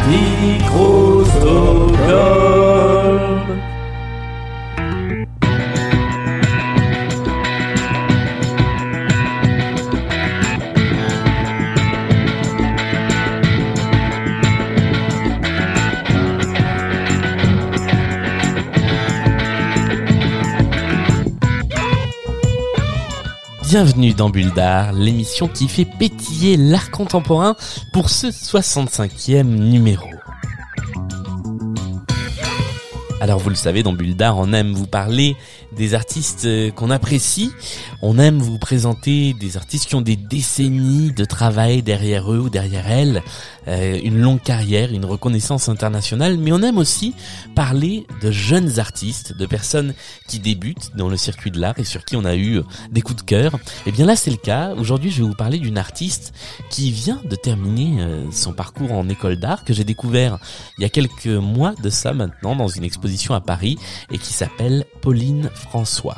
Micro-Stockholm. Bienvenue dans Bulle d'Art, l'émission qui fait pétiller l'art contemporain pour ce 65e numéro. Alors vous le savez, dans Bulle d'Art, on aime vous parler des artistes qu'on apprécie. On aime vous présenter des artistes qui ont des décennies de travail derrière eux ou derrière elles, une longue carrière, une reconnaissance internationale. Mais on aime aussi parler de jeunes artistes, de personnes qui débutent dans le circuit de l'art et sur qui on a eu des coups de cœur. Et bien là, c'est le cas. Aujourd'hui, je vais vous parler d'une artiste qui vient de terminer son parcours en école d'art, que j'ai découvert il y a quelques mois de ça maintenant dans une exposition à Paris et qui s'appelle Pauline François.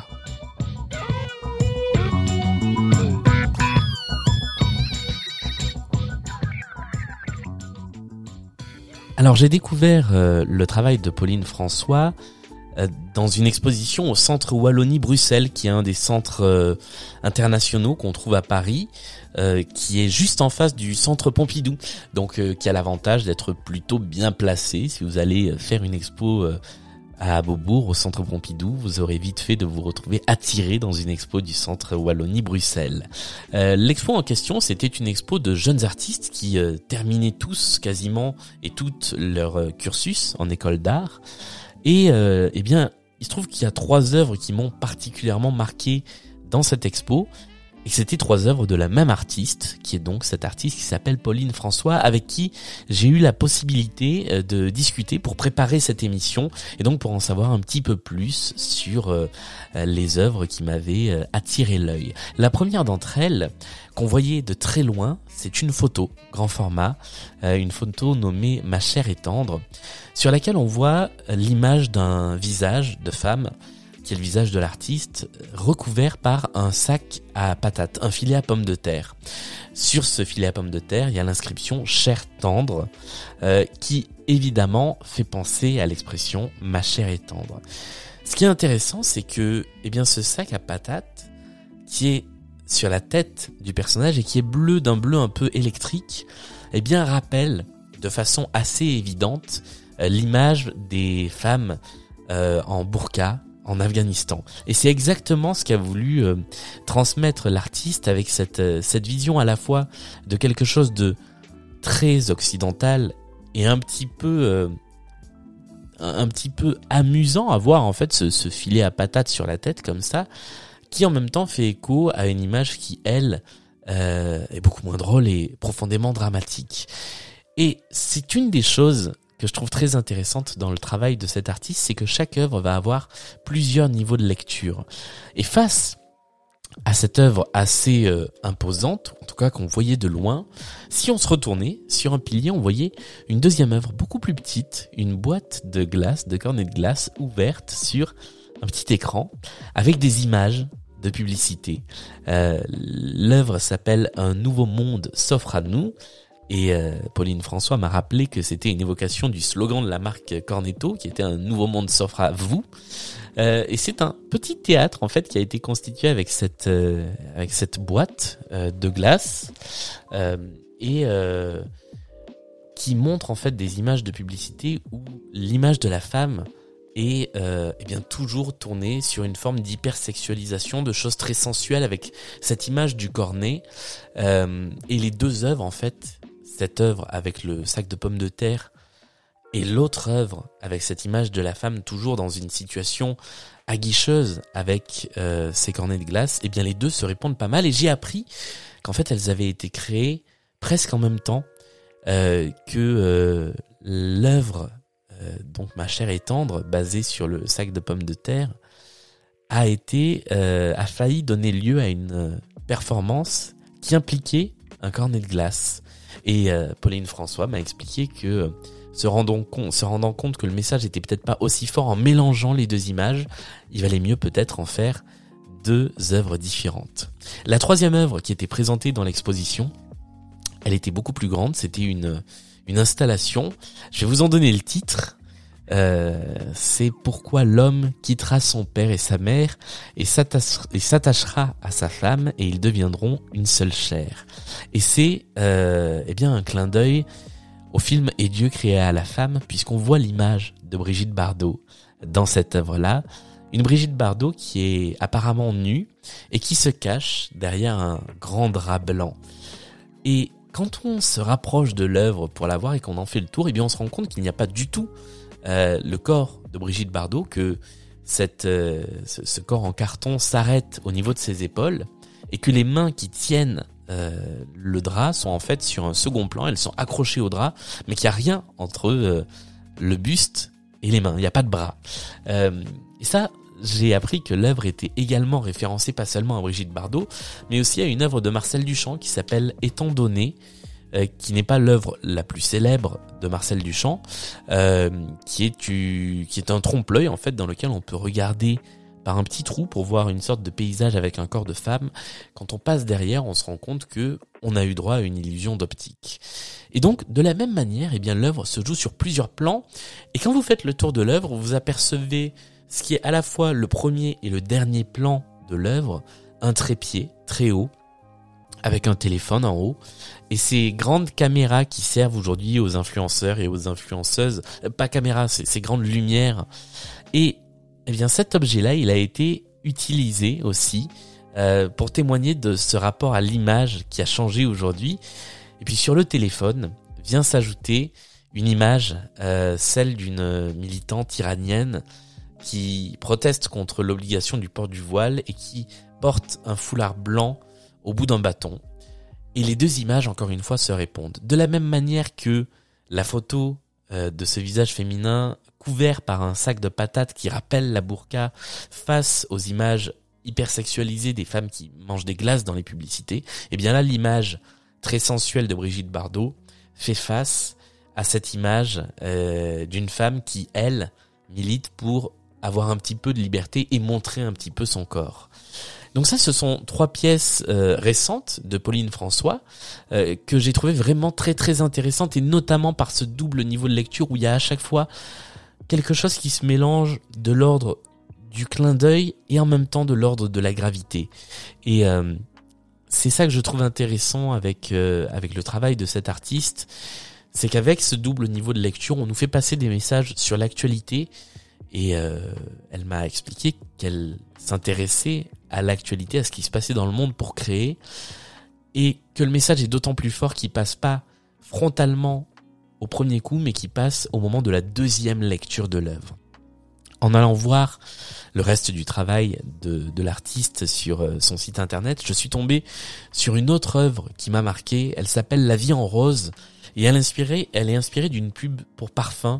Alors j'ai découvert le travail de Pauline François dans une exposition au Centre Wallonie-Bruxelles, qui est un des centres internationaux qu'on trouve à Paris, qui est juste en face du Centre Pompidou, donc qui a l'avantage d'être plutôt bien placé. Si vous allez faire une expo à Beaubourg, au Centre Pompidou, vous aurez vite fait de vous retrouver attiré dans une expo du Centre Wallonie-Bruxelles. L'expo en question, c'était une expo de jeunes artistes qui terminaient tous quasiment et toutes leur cursus en école d'art. Et eh bien, il se trouve qu'il y a 3 œuvres qui m'ont particulièrement marqué dans cette expo. Et c'était 3 œuvres de la même artiste, qui est donc cette artiste qui s'appelle Pauline François, avec qui j'ai eu la possibilité de discuter pour préparer cette émission, et donc pour en savoir un petit peu plus sur les œuvres qui m'avaient attiré l'œil. La première d'entre elles, qu'on voyait de très loin, c'est une photo, grand format, une photo nommée « Ma chair est tendre », sur laquelle on voit l'image d'un visage de femme, qui est le visage de l'artiste, recouvert par un sac à patates, un filet à pommes de terre. Sur ce filet à pommes de terre, il y a l'inscription « Chair tendre », qui évidemment fait penser à l'expression « ma chair est tendre ». Ce qui est intéressant, c'est que eh bien, ce sac à patates, qui est sur la tête du personnage et qui est bleu d'un bleu un peu électrique, eh bien, rappelle de façon assez évidente l'image des femmes en burqa, en Afghanistan. Et c'est exactement ce qu'a voulu transmettre l'artiste avec cette vision à la fois de quelque chose de très occidental et un petit peu amusant à voir en fait ce filet à patates sur la tête comme ça, qui en même temps fait écho à une image qui elle est beaucoup moins drôle et profondément dramatique. Et c'est une des choses que je trouve très intéressante dans le travail de cet artiste, c'est que chaque œuvre va avoir plusieurs niveaux de lecture. Et face à cette œuvre assez imposante, en tout cas qu'on voyait de loin, si on se retournait sur un pilier, on voyait une deuxième œuvre beaucoup plus petite, une boîte de glace, de cornets de glace ouverte sur un petit écran avec des images de publicité. L'œuvre s'appelle « Un nouveau monde s'offre à nous ». Et Pauline François m'a rappelé que c'était une évocation du slogan de la marque Cornetto, qui était un nouveau monde s'offre à vous. Et c'est un petit théâtre en fait qui a été constitué avec cette boîte de glace et qui montre en fait des images de publicité où l'image de la femme est eh bien toujours tournée sur une forme d'hypersexualisation, de choses très sensuelles avec cette image du cornet. Et les 2 œuvres en fait, cette œuvre avec le sac de pommes de terre et l'autre œuvre avec cette image de la femme toujours dans une situation aguicheuse avec ses cornets de glace, eh bien les 2 se répondent pas mal. Et j'ai appris qu'en fait elles avaient été créées presque en même temps que l'œuvre donc Ma chair est tendre, basée sur le sac de pommes de terre, a failli donner lieu à une performance qui impliquait un cornet de glace. Et Pauline François m'a expliqué que se rendant compte que le message était peut-être pas aussi fort en mélangeant les 2 images, il valait mieux peut-être en faire 2 œuvres différentes. La 3e œuvre qui était présentée dans l'exposition Elle était beaucoup plus grande, c'était une installation. Je vais vous en donner le titre. C'est pourquoi l'homme quittera son père et sa mère et s'attachera à sa femme et ils deviendront une seule chair. Et c'est bien un clin d'œil au film Et Dieu créa la femme, puisqu'on voit l'image de Brigitte Bardot dans cette œuvre-là. Une Brigitte Bardot qui est apparemment nue et qui se cache derrière un grand drap blanc. Et quand on se rapproche de l'œuvre pour la voir et qu'on en fait le tour, on se rend compte qu'il n'y a pas du tout le corps de Brigitte Bardot, que ce corps en carton s'arrête au niveau de ses épaules et que les mains qui tiennent le drap sont en fait sur un second plan, elles sont accrochées au drap, mais qu'il n'y a rien entre le buste et les mains, il n'y a pas de bras. Et ça, j'ai appris que l'œuvre était également référencée pas seulement à Brigitte Bardot, mais aussi à une œuvre de Marcel Duchamp qui s'appelle Étant donné, qui n'est pas l'œuvre la plus célèbre de Marcel Duchamp, qui est un trompe-l'œil en fait dans lequel on peut regarder par un petit trou pour voir une sorte de paysage avec un corps de femme. Quand on passe derrière, on se rend compte que on a eu droit à une illusion d'optique. Et donc, de la même manière, l'œuvre se joue sur plusieurs plans. Et quand vous faites le tour de l'œuvre, vous apercevez ce qui est à la fois le premier et le dernier plan de l'œuvre, un trépied très haut, avec un téléphone en haut, et ces grandes caméras qui servent aujourd'hui aux influenceurs et aux influenceuses, pas caméras, ces grandes lumières. Et cet objet-là, il a été utilisé aussi pour témoigner de ce rapport à l'image qui a changé aujourd'hui. Et puis sur le téléphone vient s'ajouter une image, celle d'une militante iranienne qui proteste contre l'obligation du port du voile et qui porte un foulard blanc au bout d'un bâton. Et les deux images, encore une fois, se répondent. De la même manière que la photo de ce visage féminin couvert par un sac de patates qui rappelle la burqa face aux images hypersexualisées des femmes qui mangent des glaces dans les publicités, et bien là, l'image très sensuelle de Brigitte Bardot fait face à cette image d'une femme qui, elle, milite pour avoir un petit peu de liberté et montrer un petit peu son corps. Donc ça, ce sont 3 pièces récentes de Pauline François que j'ai trouvé vraiment très très intéressantes, et notamment par ce double niveau de lecture où il y a à chaque fois quelque chose qui se mélange de l'ordre du clin d'œil et en même temps de l'ordre de la gravité. Et c'est ça que je trouve intéressant avec le travail de cet artiste, c'est qu'avec ce double niveau de lecture, on nous fait passer des messages sur l'actualité. Et elle m'a expliqué qu'elle s'intéressait à l'actualité, à ce qui se passait dans le monde pour créer, et que le message est d'autant plus fort qu'il passe pas frontalement au premier coup, mais qui passe au moment de la deuxième lecture de l'œuvre. En allant voir le reste du travail de l'artiste sur son site internet, je suis tombé sur une autre œuvre qui m'a marqué. Elle s'appelle La vie en rose, et elle est inspirée d'une pub pour parfum,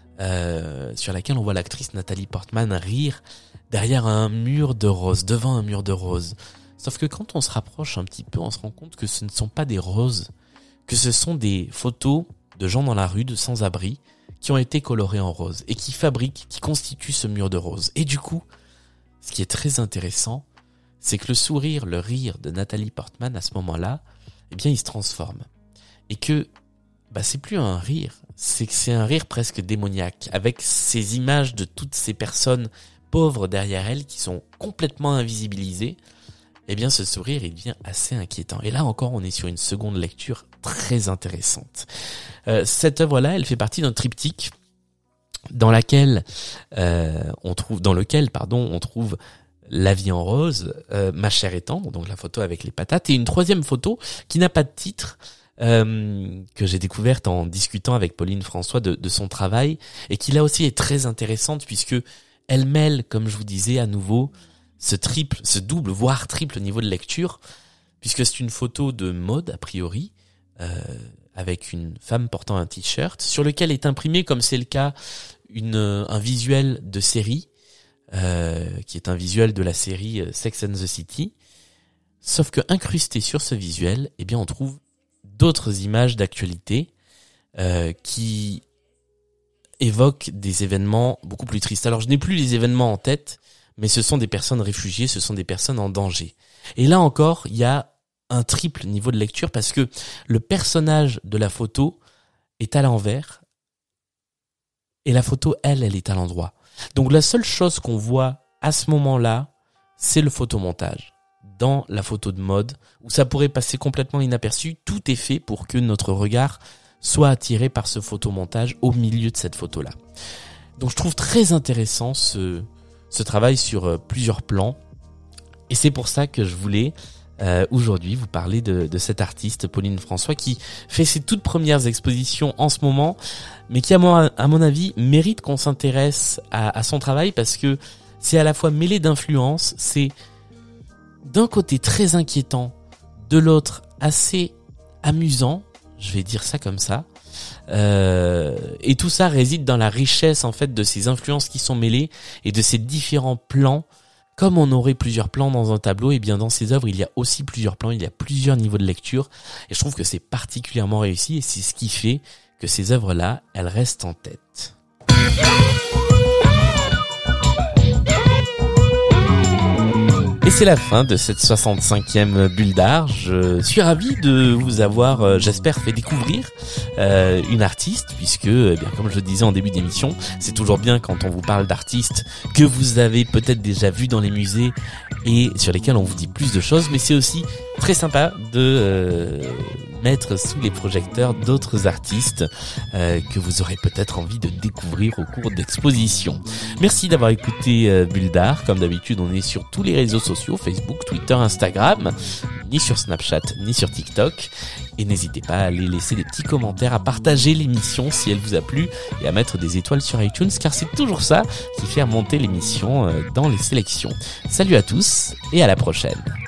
sur laquelle on voit l'actrice Nathalie Portman rire derrière un mur de roses, devant un mur de roses. Sauf que quand on se rapproche un petit peu, on se rend compte que ce ne sont pas des roses, que ce sont des photos de gens dans la rue, de sans-abri, qui ont été colorés en rose et qui constituent ce mur de roses. Et du coup, ce qui est très intéressant, c'est que le rire de Nathalie Portman à ce moment-là, il se transforme. Et que, c'est plus un rire, c'est que c'est un rire presque démoniaque, avec ces images de toutes ces personnes pauvres derrière elle qui sont complètement invisibilisées. Ce sourire, il devient assez inquiétant. Et là encore, on est sur une seconde lecture très intéressante. Cette œuvre-là, elle fait partie d'un triptyque dans lequel on trouve La vie en rose, Ma chère et tendre, donc la photo avec les patates, et une troisième photo qui n'a pas de titre, que j'ai découverte en discutant avec Pauline François de son travail, et qui là aussi est très intéressante puisque elle mêle, comme je vous disais à nouveau, ce double, voire triple niveau de lecture, puisque c'est une photo de mode a priori, avec une femme portant un t-shirt, sur lequel est imprimé, comme c'est le cas, un visuel de série, qui est un visuel de la série Sex and the City, sauf que incrusté sur ce visuel, on trouve d'autres images d'actualité qui évoquent des événements beaucoup plus tristes. Alors je n'ai plus les événements en tête, mais ce sont des personnes réfugiées, ce sont des personnes en danger. Et là encore, il y a un triple niveau de lecture parce que le personnage de la photo est à l'envers et la photo, elle est à l'endroit. Donc la seule chose qu'on voit à ce moment-là, c'est le photomontage. Dans la photo de mode, où ça pourrait passer complètement inaperçu, tout est fait pour que notre regard soit attiré par ce photomontage au milieu de cette photo-là. Donc je trouve très intéressant ce travail sur plusieurs plans. Et c'est pour ça que je voulais aujourd'hui vous parler de cette artiste, Pauline François, qui fait ses toutes premières expositions en ce moment, mais qui à mon avis mérite qu'on s'intéresse à son travail parce que c'est à la fois mêlé d'influences, c'est d'un côté très inquiétant, de l'autre assez amusant, je vais dire ça comme ça. Et tout ça réside dans la richesse en fait de ces influences qui sont mêlées et de ces différents plans. Comme on aurait plusieurs plans dans un tableau, et bien dans ses œuvres il y a aussi plusieurs plans, il y a plusieurs niveaux de lecture. Et je trouve que c'est particulièrement réussi et c'est ce qui fait que ces œuvres-là, elles restent en tête. Et c'est la fin de cette 65e bulle d'art. Je suis ravi de vous avoir, j'espère, fait découvrir une artiste, puisque, eh bien, comme je le disais en début d'émission, c'est toujours bien quand on vous parle d'artistes que vous avez peut-être déjà vu dans les musées et sur lesquels on vous dit plus de choses, mais c'est aussi très sympa de mettre sous les projecteurs d'autres artistes que vous aurez peut-être envie de découvrir au cours d'expositions. Merci d'avoir écouté Bulle d'art. Comme d'habitude, on est sur tous les réseaux sociaux, Facebook, Twitter, Instagram, ni sur Snapchat, ni sur TikTok. Et n'hésitez pas à aller laisser des petits commentaires, à partager l'émission si elle vous a plu et à mettre des étoiles sur iTunes, car c'est toujours ça qui fait remonter l'émission dans les sélections. Salut à tous et à la prochaine.